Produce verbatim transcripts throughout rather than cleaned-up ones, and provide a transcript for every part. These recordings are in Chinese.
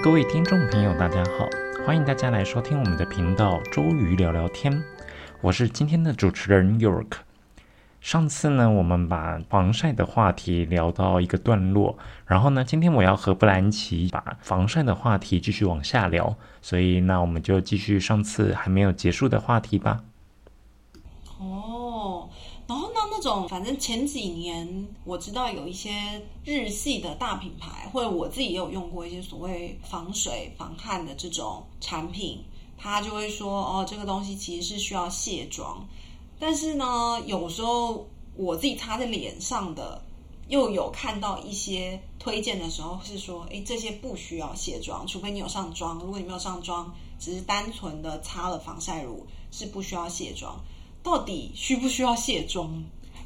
各位听众朋友大家好，欢迎大家来收听我们的频道周瑜聊聊天，我是今天的主持人 York。 上次呢我们把防晒的话题聊到一个段落，然后呢今天我要和布兰奇把防晒的话题继续往下聊，所以那我们就继续上次还没有结束的话题吧。 哦，然后呢那种反正前几年我知道有一些日系的大品牌，或者我自己也有用过一些所谓防水防汗的这种产品，他就会说哦这个东西其实是需要卸妆，但是呢有时候我自己擦在脸上的又有看到一些推荐的时候是说诶这些不需要卸妆，除非你有上妆，如果你没有上妆只是单纯的擦了防晒乳是不需要卸妆。到底需不需要卸妆？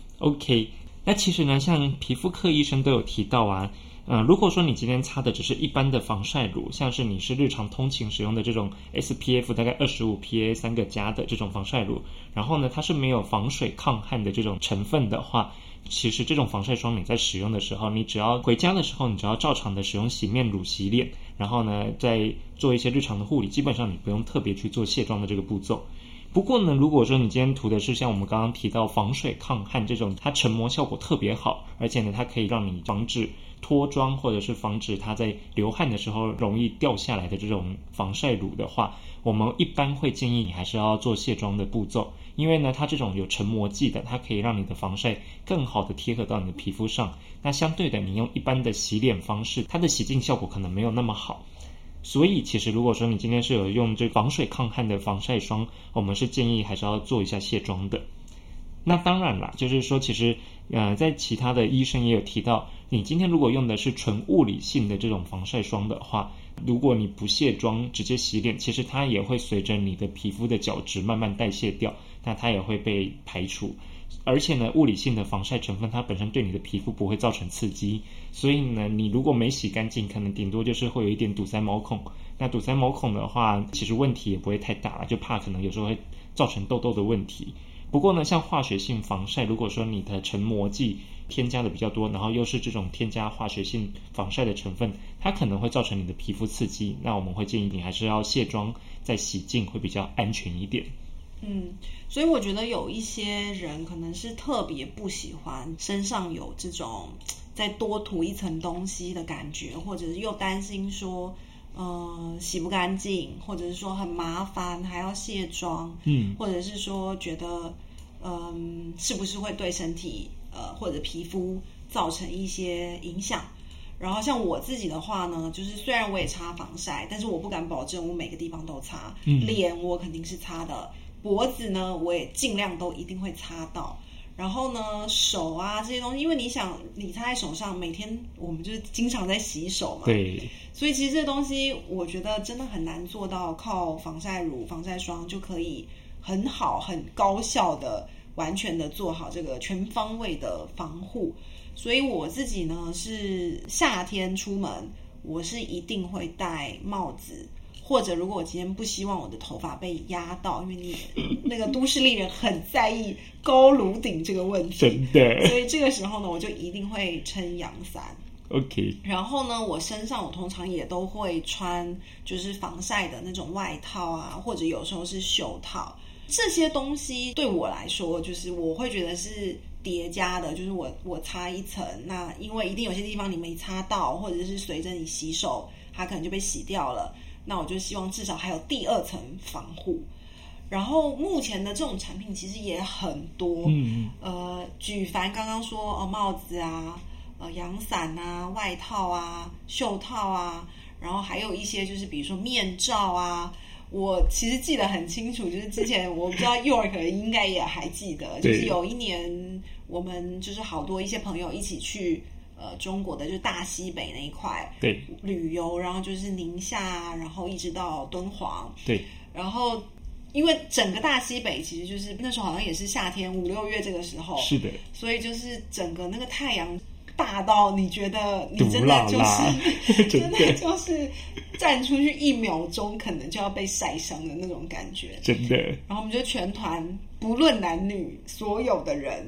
OK， 那其实呢像皮肤科医生都有提到啊，呃，如果说你今天擦的只是一般的防晒乳，像是你是日常通勤使用的这种 S P F 大概二十五 P A 三个加的这种防晒乳，然后呢它是没有防水抗汗的这种成分的话，其实这种防晒霜你在使用的时候，你只要回家的时候你只要照常的使用洗面乳洗脸，然后呢再做一些日常的护理，基本上你不用特别去做卸妆的这个步骤。不过呢如果说你今天涂的是像我们刚刚提到防水抗汗这种，它成膜效果特别好，而且呢它可以让你防止脱妆或者是防止它在流汗的时候容易掉下来的这种防晒乳的话，我们一般会建议你还是要做卸妆的步骤，因为呢它这种有成膜剂的，它可以让你的防晒更好的贴合到你的皮肤上，那相对的你用一般的洗脸方式，它的洗净效果可能没有那么好。所以其实如果说你今天是有用这防水抗汗的防晒霜，我们是建议还是要做一下卸妆的。那当然啦，就是说其实呃，在其他的医生也有提到，你今天如果用的是纯物理性的这种防晒霜的话，如果你不卸妆直接洗脸，其实它也会随着你的皮肤的角质慢慢代谢掉，那它也会被排除。而且呢物理性的防晒成分它本身对你的皮肤不会造成刺激，所以呢你如果没洗干净，可能顶多就是会有一点堵塞毛孔，那堵塞毛孔的话其实问题也不会太大，就怕可能有时候会造成痘痘的问题。不过呢像化学性防晒，如果说你的成膜剂添加的比较多，然后又是这种添加化学性防晒的成分，它可能会造成你的皮肤刺激，那我们会建议你还是要卸妆再洗净会比较安全一点。 嗯，所以我觉得有一些人可能是特别不喜欢身上有这种再多涂一层东西的感觉，或者是又担心说呃洗不干净，或者是说很麻烦还要卸妆，嗯，或者是说觉得嗯是不是会对身体呃或者皮肤造成一些影响。然后像我自己的话呢，就是虽然我也擦防晒，但是我不敢保证我每个地方都擦，嗯，脸我肯定是擦的，脖子呢我也尽量都一定会擦到，然后呢手啊这些东西，因为你想你擦在手上，每天我们就是经常在洗手嘛， 对， 所以其实这东西我觉得真的很难做到靠防晒乳防晒霜就可以很好很高效的完全的做好这个全方位的防护。所以我自己呢是夏天出门我是一定会戴帽子，或者如果我今天不希望我的头发被压到，因为你那个都市丽人很在意高颅顶这个问题， 真的， 所以这个时候呢我就一定会撑阳伞。 OK， 然后呢我身上我通常也都会穿就是防晒的那种外套啊，或者有时候是袖套，这些东西对我来说就是我会觉得是叠加的，就是我我擦一层，那因为一定有些地方你没擦到，或者是随着你洗手它可能就被洗掉了，那我就希望至少还有第二层防护。然后目前的这种产品其实也很多，嗯，呃，举凡刚刚说哦帽子啊、呃阳伞啊、外套啊、袖套啊，然后还有一些就是比如说面罩啊。我其实记得很清楚，就是之前我不知道 York 应该也还记得，就是有一年我们就是好多一些朋友一起去呃中国的就是大西北那一块对旅游，然后就是宁夏，然后一直到敦煌，对，然后因为整个大西北其实就是那时候好像也是夏天五六月这个时候，是的，所以就是整个那个太阳大到你觉得你真的就是真的就是站出去一秒钟可能就要被晒伤的那种感觉，真的。然后我们就全团不论男女所有的人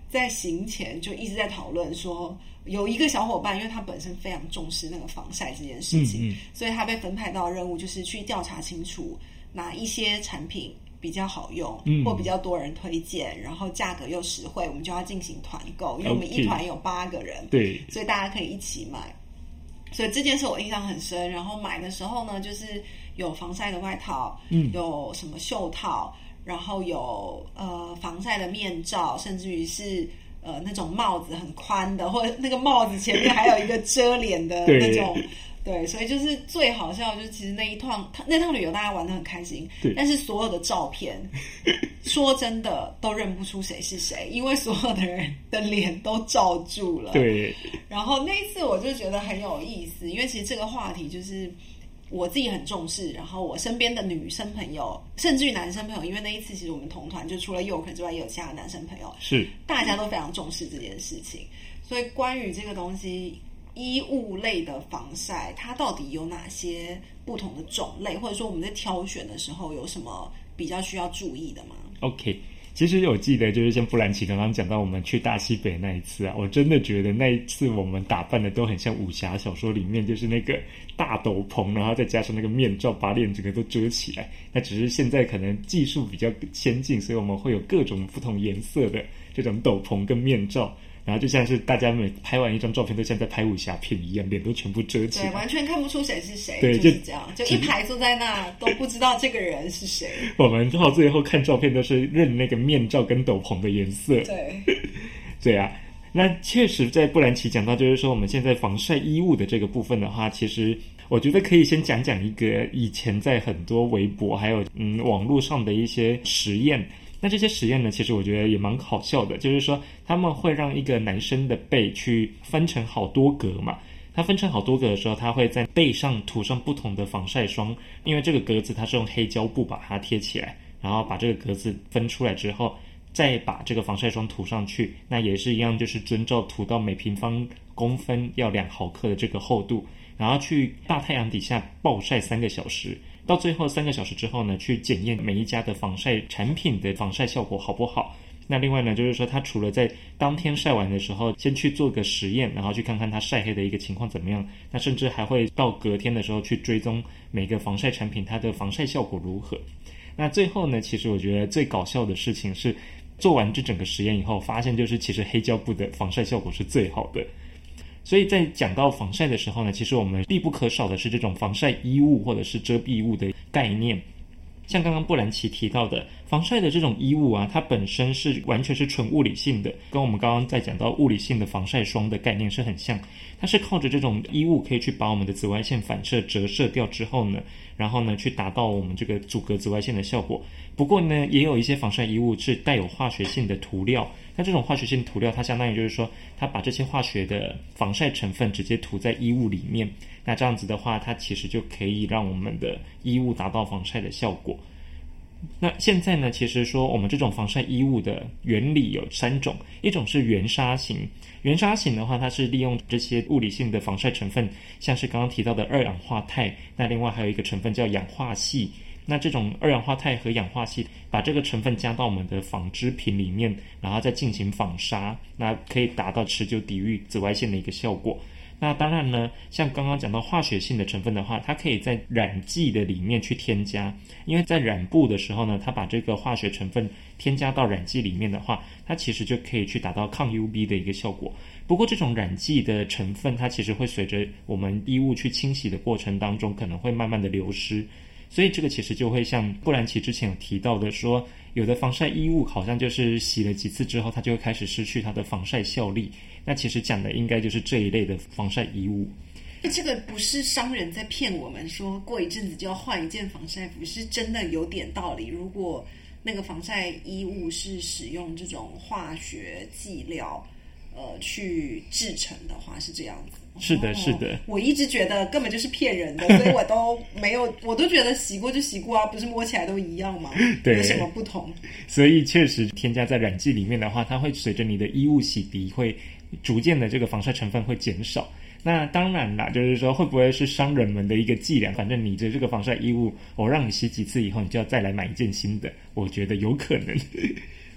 在行前就一直在讨论说，有一个小伙伴，因为他本身非常重视那个防晒这件事情，嗯嗯，所以他被分派到的任务就是去调查清楚哪一些产品比较好用，嗯，或比较多人推荐，然后价格又实惠，我们就要进行团购，因为我们一团有八个人， 对， 所以大家可以一起买。所以这件事我印象很深。然后买的时候呢，就是有防晒的外套，嗯，有什么袖套，然后有呃防晒的面罩，甚至于是呃那种帽子很宽的，或者那个帽子前面还有一个遮脸的那种。对，所以就是最好笑的就是其实那一趟那趟旅游大家玩得很开心，但是所有的照片说真的都认不出谁是谁，因为所有的人的脸都罩住了。 对， 然后那一次我就觉得很有意思，因为其实这个话题就是我自己很重视，然后我身边的女生朋友甚至于男生朋友，因为那一次其实我们同团就除了York之外也有其他的男生朋友，是大家都非常重视这件事情。所以关于这个东西，衣物类的防晒它到底有哪些不同的种类，或者说我们在挑选的时候有什么比较需要注意的吗？ OK， 其实我记得就是像布兰奇刚刚讲到我们去大西北那一次啊，我真的觉得那一次我们打扮的都很像武侠小说里面就是那个大斗篷，然后再加上那个面罩把脸整个都遮起来。那只是现在可能技术比较先进，所以我们会有各种不同颜色的这种斗篷跟面罩，然后就像是大家每拍完一张照片都像在拍武侠片一样，脸都全部遮起来， 对，完全看不出谁是谁。 对， 就是这样，就一排坐在那都不知道这个人是谁。 我们到最后看照片都是认那个面罩跟斗篷的颜色。 对， 对啊。那确实在布兰奇讲到就是说我们现在防晒衣物的这个部分的话，其实我觉得可以先讲讲一个以前在很多微博还有嗯网络上的一些实验。那这些实验呢，其实我觉得也蛮好笑的，就是说他们会让一个男生的背去分成好多格嘛，他分成好多格的时候，他会在背上涂上不同的防晒霜，因为这个格子它是用黑胶布把它贴起来，然后把这个格子分出来之后再把这个防晒霜涂上去，那也是一样，就是遵照涂到每平方公分要两毫克的这个厚度，然后去大太阳底下暴晒三个小时，到最后三个小时之后呢，去检验每一家的防晒产品的防晒效果好不好。那另外呢，就是说他除了在当天晒完的时候先去做个实验，然后去看看他晒黑的一个情况怎么样，那甚至还会到隔天的时候去追踪每个防晒产品它的防晒效果如何。那最后呢，其实我觉得最搞笑的事情是做完这整个实验以后，发现就是其实黑胶布的防晒效果是最好的。所以在讲到防晒的时候呢，其实我们必不可少的是这种防晒衣物或者是遮蔽物的概念。像刚刚布兰奇提到的，防晒的这种衣物啊，它本身是完全是纯物理性的，跟我们刚刚在讲到物理性的防晒霜的概念是很像。它是靠着这种衣物可以去把我们的紫外线反射折射掉之后呢，然后呢去达到我们这个阻隔紫外线的效果。不过呢，也有一些防晒衣物是带有化学性的涂料，那这种化学性涂料它相当于就是说它把这些化学的防晒成分直接涂在衣物里面，那这样子的话它其实就可以让我们的衣物达到防晒的效果。那现在呢，其实说我们这种防晒衣物的原理有三种，一种是原纱型。原纱型的话，它是利用这些物理性的防晒成分，像是刚刚提到的二氧化钛，那另外还有一个成分叫氧化系。那这种二氧化钛和氧化系把这个成分加到我们的纺织品里面，然后再进行纺纱，那可以达到持久抵御紫外线的一个效果。那当然呢，像刚刚讲到化学性的成分的话，它可以在染剂的里面去添加，因为在染布的时候呢，它把这个化学成分添加到染剂里面的话，它其实就可以去达到抗 U V 的一个效果。不过这种染剂的成分，它其实会随着我们衣物去清洗的过程当中，可能会慢慢的流失。所以这个其实就会像布兰奇之前有提到的说，有的防晒衣物好像就是洗了几次之后，它就会开始失去它的防晒效力。那其实讲的应该就是这一类的防晒衣物。 这个不是商人在骗我们说过一阵子就要换一件防晒服，是真的有点道理。如果那个防晒衣物是使用这种化学剂料呃去制成的话，是这样子。 是的是的、哦、 我一直觉得根本就是骗人的，所以我都没有我都觉得洗过就洗过啊，不是摸起来都一样吗？对，有什么不同？ 所以确实添加在染剂里面的话，它会随着你的衣物洗涤会逐渐的这个防晒成分会减少。那当然啦，就是说会不会是商人们的一个伎俩，反正你的这个防晒衣物我让你洗几次以后你就要再来买一件新的，我觉得有可能。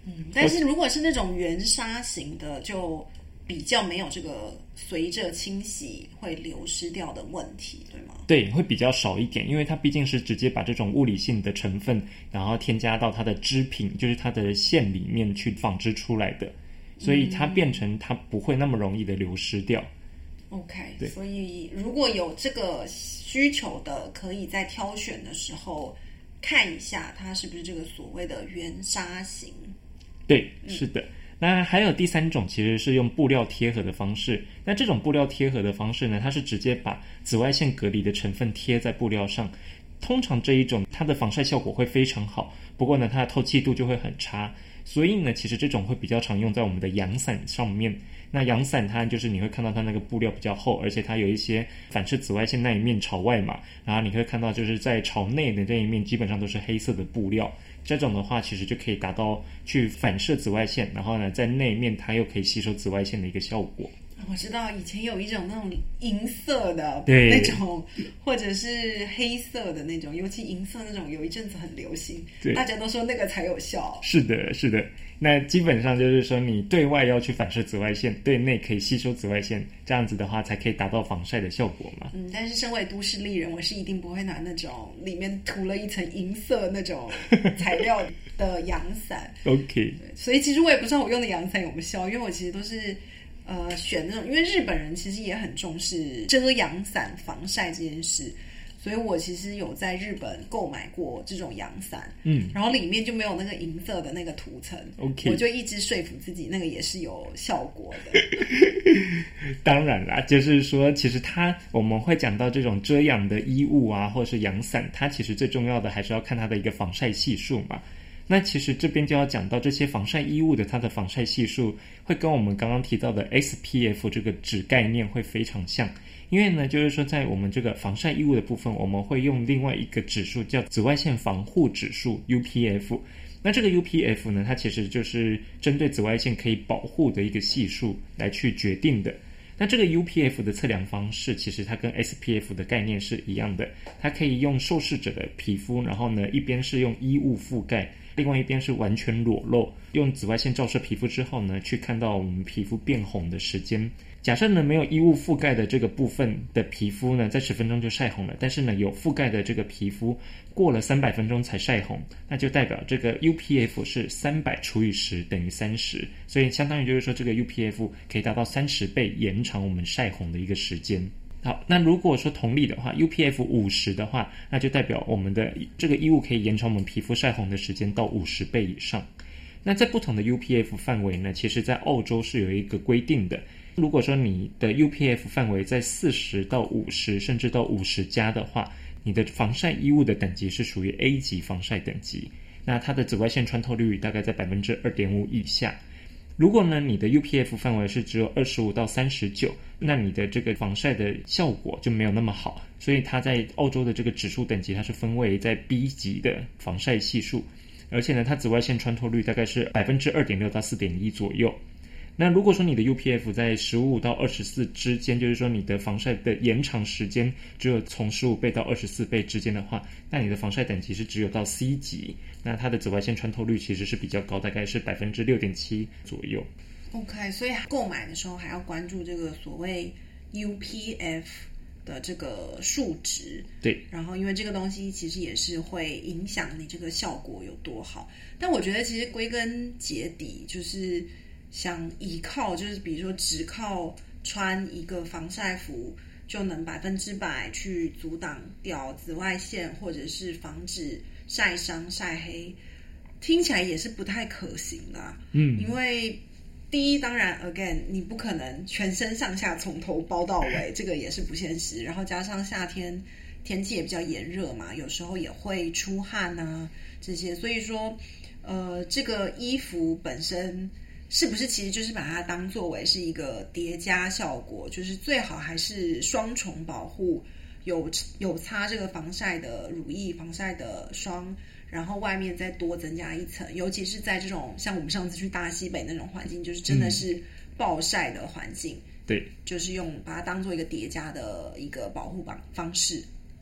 嗯，但是如果是那种原纱型的，就比较没有这个随着清洗会流失掉的问题，对吗？ 对，会比较少一点，因为它毕竟是直接把这种物理性的成分，然后添加到它的织品，就是它的线里面去纺织出来的，所以它变成它不会那么容易的流失掉。 OK， 所以如果有这个需求的，可以在挑选的时候看一下它是不是这个所谓的原纱型。 对，是的。嗯，那还有第三种其实是用布料贴合的方式，那这种布料贴合的方式呢，它是直接把紫外线隔离的成分贴在布料上，通常这一种它的防晒效果会非常好，不过呢它的透气度就会很差，所以呢其实这种会比较常用在我们的阳伞上面。那阳伞它就是你会看到它那个布料比较厚，而且它有一些反射紫外线那一面朝外嘛，然后你会看到就是在朝内的这一面基本上都是黑色的布料，这种的话其实就可以达到去反射紫外线，然后呢在内面它又可以吸收紫外线的一个效果。 我知道以前有一种那种银色的那种，或者是黑色的那种，尤其银色那种有一阵子很流行，大家都说那个才有效。 是的是的，那基本上就是说你对外要去反射紫外线，对内可以吸收紫外线，这样子的话才可以达到防晒的效果嘛。 嗯，但是身为都市丽人，我是一定不会拿那种里面涂了一层银色那种材料的阳伞。 OK， 所以其实我也不知道我用的阳伞有没有效，因为我其实都是呃选那种，因为日本人其实也很重视遮阳伞防晒这件事，所以我其实有在日本购买过这种阳伞，嗯，然后里面就没有那个银色的那个涂层 ，OK， 我就一直说服自己那个也是有效果的。 当然啦，就是说其实它我们会讲到这种遮阳的衣物啊，或者是阳伞，它其实最重要的还是要看它的一个防晒系数嘛。那其实这边就要讲到这些防晒衣物的它的防晒系数会跟我们刚刚提到的 S P F 这个指概念会非常像，因为呢就是说在我们这个防晒衣物的部分，我们会用另外一个指数叫紫外线防护指数 U P F， 那这个 U P F 呢它其实就是针对紫外线可以保护的一个系数来去决定的。那这个 U P F 的测量方式其实它跟 S P F 的概念是一样的，它可以用受试者的皮肤，然后呢一边是用衣物覆盖，另外一边是完全裸露，用紫外线照射皮肤之后呢，去看到我们皮肤变红的时间。假设呢没有衣物覆盖的这个部分的皮肤呢，在十分钟就晒红了，但是呢有覆盖的这个皮肤过了三百分钟才晒红，那就代表这个 U P F 是三百除以十等于三十，所以相当于就是说这个 U P F 可以达到三十倍延长我们晒红的一个时间。好，那如果说同理的话 U P F 五十的话，那就代表我们的这个衣物可以延长我们皮肤晒红的时间到五十倍以上。那在不同的 U P F 范围呢，其实在澳洲是有一个规定的，如果说你的 U P F 范围在四十到五十甚至到五十加的话，你的防晒衣物的等级是属于 A 级防晒等级，那它的紫外线穿透率大概在 百分之二点五 以下。如果呢你的 U P F 范围是只有二十五到三十九，那你的这个防晒的效果就没有那么好，所以它在澳洲的这个指数等级它是分为在 B 级的防晒系数，而且呢它紫外线穿透率大概是 百分之二点六 到 四点一 左右。那如果说你的 U P F 在十五到二十四之间，就是说你的防晒的延长时间只有从十五倍到二十四倍之间的话，那你的防晒等级是只有到 C 级，那它的紫外线穿透率其实是比较高，大概是 百分之六点七 左右。 OK， 所以购买的时候还要关注这个所谓 U P F 的这个数值， 对， 然后因为这个东西其实也是会影响你这个效果有多好，但我觉得其实归根结底就是想依靠，就是比如说只靠穿一个防晒服就能百分之百去阻挡掉紫外线，或者是防止晒伤晒黑，听起来也是不太可行啦。嗯，因为第一，当然 again 你不可能全身上下从头包到尾，这个也是不现实，然后加上夏天天气也比较炎热嘛，有时候也会出汗啊这些，所以说呃这个衣服本身是不是其实就是把它当作为是一个叠加效果，就是最好还是双重保护，有有擦这个防晒的乳液防晒的霜，然后外面再多增加一层，尤其是在这种像我们上次去大西北那种环境，就是真的是暴晒的环境， 对， 就是用把它当做一个叠加的一个保护方方式。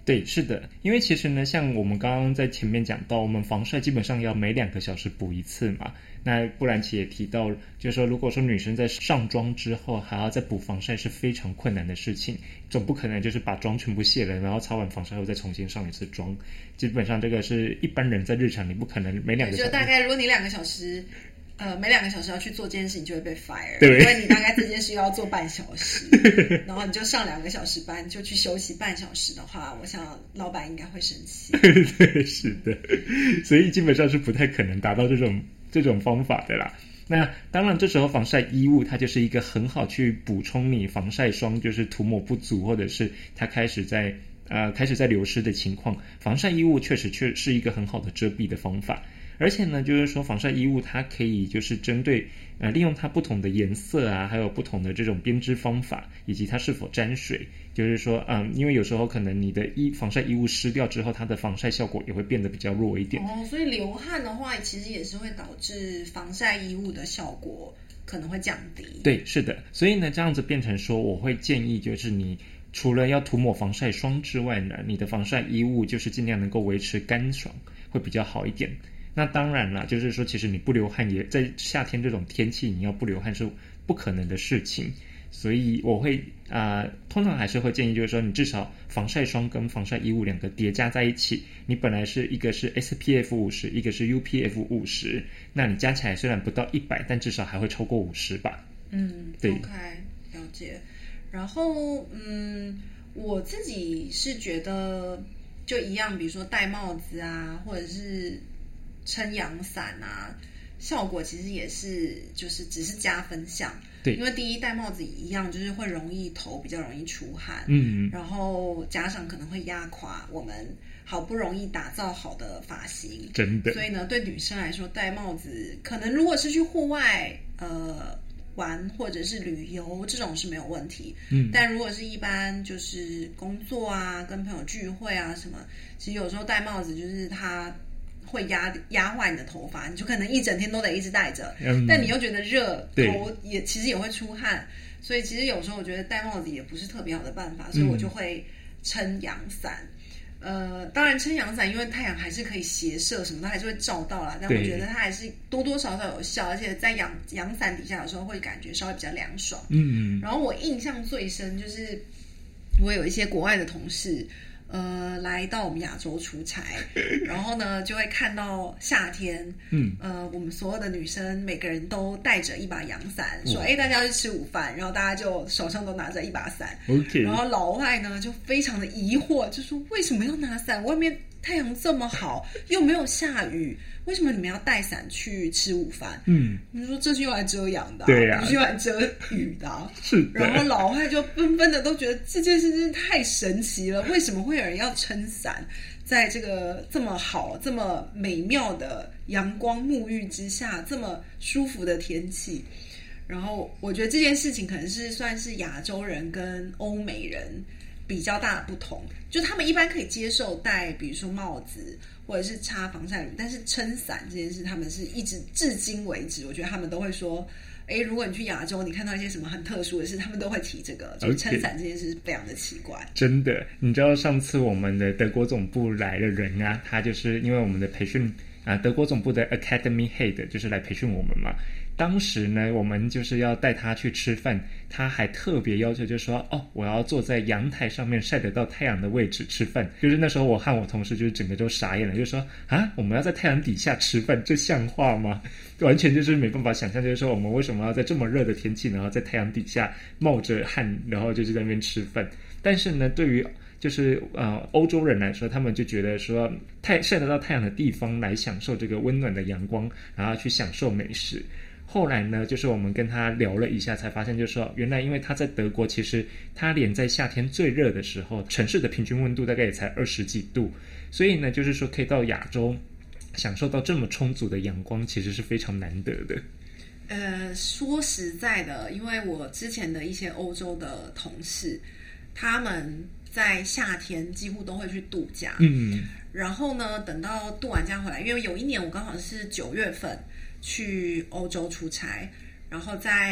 对，是的，因为其实呢，像我们刚刚在前面讲到，我们防晒基本上要每两个小时补一次嘛。那布兰奇也提到，就是说，如果说女生在上妆之后还要再补防晒，是非常困难的事情，总不可能就是把妆全部卸了，然后擦完防晒后再重新上一次妆。基本上这个是一般人在日常你不可能每两个小时。 就大概如果你两个小时。呃，每两个小时要去做这件事情就会被 fire， 对， 因为你大概这件事要做半小时，然后你就上两个小时班，就去休息半小时的话，我想老板应该会生气。 对，是的，所以基本上是不太可能达到这种这种方法的啦。那当然，这时候防晒衣物它就是一个很好去补充你防晒霜就是涂抹不足，或者是它开始在呃开始在流失的情况，防晒衣物确实确是一个很好的遮蔽的方法。而且呢，就是说防晒衣物它可以就是针对呃利用它不同的颜色啊，还有不同的这种编织方法，以及它是否沾水，就是说嗯，因为有时候可能你的衣防晒衣物湿掉之后，它的防晒效果也会变得比较弱一点。 哦，所以流汗的话，其实也是会导致防晒衣物的效果可能会降低。 对，是的，所以呢，这样子变成说，我会建议就是你除了要涂抹防晒霜之外呢，你的防晒衣物就是尽量能够维持干爽，会比较好一点。那当然啦，就是说其实你不流汗也在夏天这种天气，你要不流汗是不可能的事情。所以我会啊、呃，通常还是会建议就是说你至少防晒霜跟防晒衣物两个叠加在一起，你本来是一个是 S P F 五十， 一个是 U P F 五十，那你加起来虽然不到一百，但至少还会超过五十吧。 嗯， 对 OK， 了解。然后嗯，我自己是觉得就一样，比如说戴帽子啊，或者是撑阳伞啊，效果其实也是就是只是加分项。 对， 因为第一戴帽子一样就是会容易头比较容易出汗， 嗯， 然后加上可能会压垮我们好不容易打造好的发型， 真的。 所以呢，对女生来说戴帽子可能如果是去户外呃玩或者是旅游这种是没有问题， 嗯， 但如果是一般就是工作啊跟朋友聚会啊什么，其实有时候戴帽子就是它会压压坏你的头发，你就可能一整天都得一直戴着，嗯，但你又觉得热，头也其实也会出汗，所以其实有时候我觉得戴帽子也不是特别好的办法，所以我就会撑阳伞。呃，当然撑阳伞因为太阳还是可以斜射什么的还是会照到啦，但我觉得它还是多多少少有效，而且在阳阳伞底下有时候会感觉稍微比较凉爽。嗯，然后我印象最深就是我有一些国外的同事呃，来到我们亚洲出差，然后呢，就会看到夏天，嗯，呃，我们所有的女生每个人都带着一把阳伞，说，哎，大家要去吃午饭，然后大家就手上都拿着一把伞 ，OK， 然后老外呢就非常的疑惑，就说为什么要拿伞？外面太阳这么好，又没有下雨，为什么你们要带伞去吃午饭？嗯，你说这是用来遮阳的、啊， 对呀、啊， 不是用来遮雨的、啊， 是的。 然后老外就纷纷的都觉得这件事真是太神奇了，为什么会有人要撑伞？在这个这么好、这么美妙的阳光沐浴之下，这么舒服的天气，然后我觉得这件事情可能是算是亚洲人跟欧美人比较大的不同，就他们一般可以接受戴比如说帽子或者是擦防晒乳，但是撑伞这件事他们是一直至今为止，我觉得他们都会说，诶，如果你去亚洲你看到一些什么很特殊的事，他们都会提这个，就是撑伞这件事是非常的奇怪。 Okay. 真的，你知道上次我们的德国总部来的人啊，他就是因为我们的培训啊，德国总部的 Academy Head 就是来培训我们嘛。当时呢，我们就是要带他去吃饭，他还特别要求，就是说，哦，我要坐在阳台上面晒得到太阳的位置吃饭。就是那时候我和我同事就是整个都傻眼了，就说啊，我们要在太阳底下吃饭，这像话吗？完全就是没办法想象，就是说我们为什么要在这么热的天气，然后在太阳底下冒着汗，然后就是在那边吃饭。但是呢，对于就是呃欧洲人来说，他们就觉得说太晒得到太阳的地方来享受这个温暖的阳光，然后去享受美食。后来呢，就是我们跟他聊了一下，才发现就是说，原来因为他在德国，其实他连在夏天最热的时候，城市的平均温度大概也才二十几度，所以呢，就是说可以到亚洲享受到这么充足的阳光，其实是非常难得的。 呃，说实在的，因为我之前的一些欧洲的同事，他们在夏天几乎都会去度假，嗯，然后呢，等到度完假回来，因为有一年我刚好是九月份去欧洲出差，然后在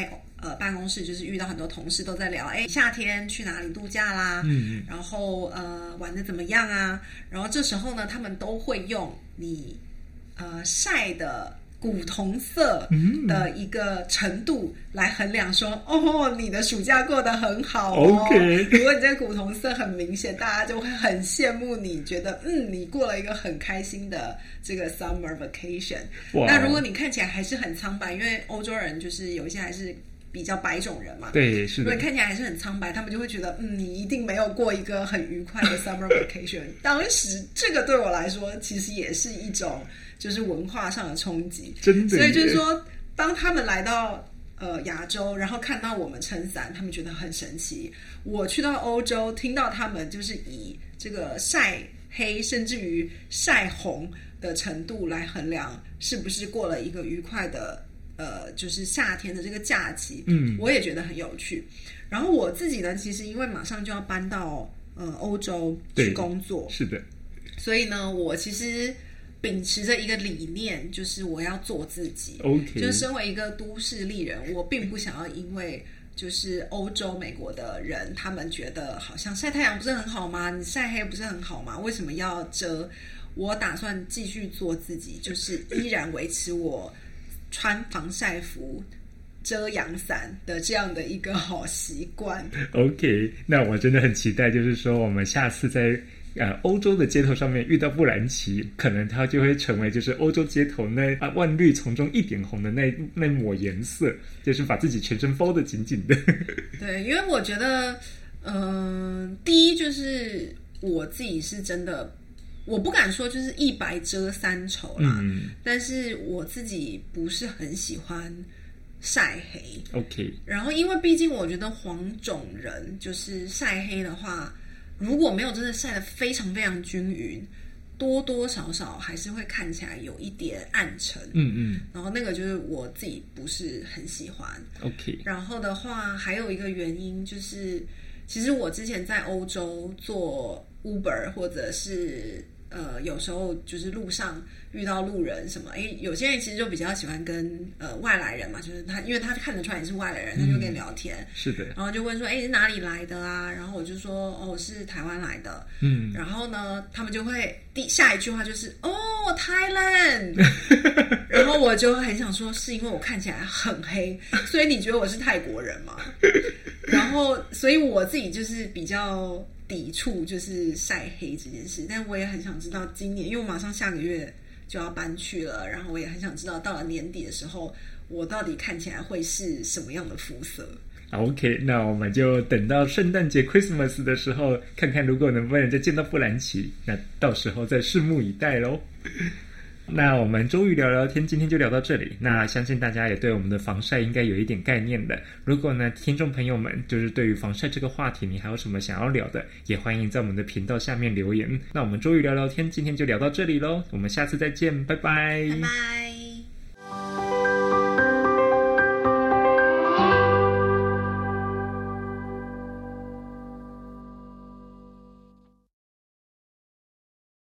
呃办公室就是遇到很多同事都在聊，哎，夏天去哪里度假啦？嗯，然后呃玩的怎么样啊？然后这时候呢，他们都会用你呃晒的古铜色的一个程度来衡量说，哦，你的暑假过得很好哦。 Okay. 如果你这个古铜色很明显，大家就会很羡慕你，觉得嗯，你过了一个很开心的这个 summer vacation。Wow. 那如果你看起来还是很苍白，因为欧洲人就是有一些还是比较白种人嘛， 对，是的。 如果你看起来还是很苍白，他们就会觉得，嗯，你一定没有过一个很愉快的 summer vacation。当时这个对我来说，其实也是一种就是文化上的冲击， 真的。 所以就是说，当他们来到呃亚洲，然后看到我们撑伞，他们觉得很神奇。我去到欧洲，听到他们就是以这个晒黑甚至于晒红的程度来衡量，是不是过了一个愉快的。呃，就是夏天的这个假期，嗯，我也觉得很有趣。然后我自己呢，其实因为马上就要搬到呃欧洲去工作， 是的， 所以呢，我其实秉持着一个理念，就是我要做自己。 OK， 就是身为一个都市丽人，我并不想要因为就是欧洲、美国的人，他们觉得好像晒太阳不是很好吗？你晒黑不是很好吗？为什么要遮？我打算继续做自己，就是依然维持我穿防晒服遮阳伞的这样的一个好习惯。 OK， 那我真的很期待，就是说我们下次在呃欧洲的街头上面遇到布兰奇，可能它就会成为就是欧洲街头那啊万绿丛中一点红的那那抹颜色，就是把自己全身包得紧紧的。 对，因为我觉得嗯、呃，第一就是我自己是真的我不敢说就是一白遮三丑啦，嗯，但是我自己不是很喜欢晒黑。 OK， 然后因为毕竟我觉得黄种人就是晒黑的话，如果没有真的晒得非常非常均匀，多多少少还是会看起来有一点暗沉。嗯嗯，然后那个就是我自己不是很喜欢。 OK， 然后的话还有一个原因就是其实我之前在欧洲做 Uber 或者是呃，有时候就是路上遇到路人什么，哎，有些人其实就比较喜欢跟呃外来人嘛，就是他，因为他看得出来你是外来人，他就跟你聊天， 嗯，是的， 然后就问说，哎，是哪里来的啊？然后我就说，哦，我是台湾来的，嗯，然后呢，他们就会第下一句话就是，哦 ，Thailand， 然后我就很想说，是因为我看起来很黑，所以你觉得我是泰国人吗？然后，所以我自己就是比较抵触就是晒黑这件事，但我也很想知道今年，因为我马上下个月就要搬去了，然后我也很想知道到了年底的时候，我到底看起来会是什么样的肤色。 OK， 那我们就等到圣诞节 Christmas 的时候，看看如果能不能再见到布兰奇，那到时候再拭目以待咯。那我们周瑜聊聊天今天就聊到这里，那相信大家也对我们的防晒应该有一点概念的。如果呢听众朋友们就是对于防晒这个话题你还有什么想要聊的，也欢迎在我们的频道下面留言。那我们周瑜聊聊天今天就聊到这里咯，我们下次再见，拜拜， 拜拜。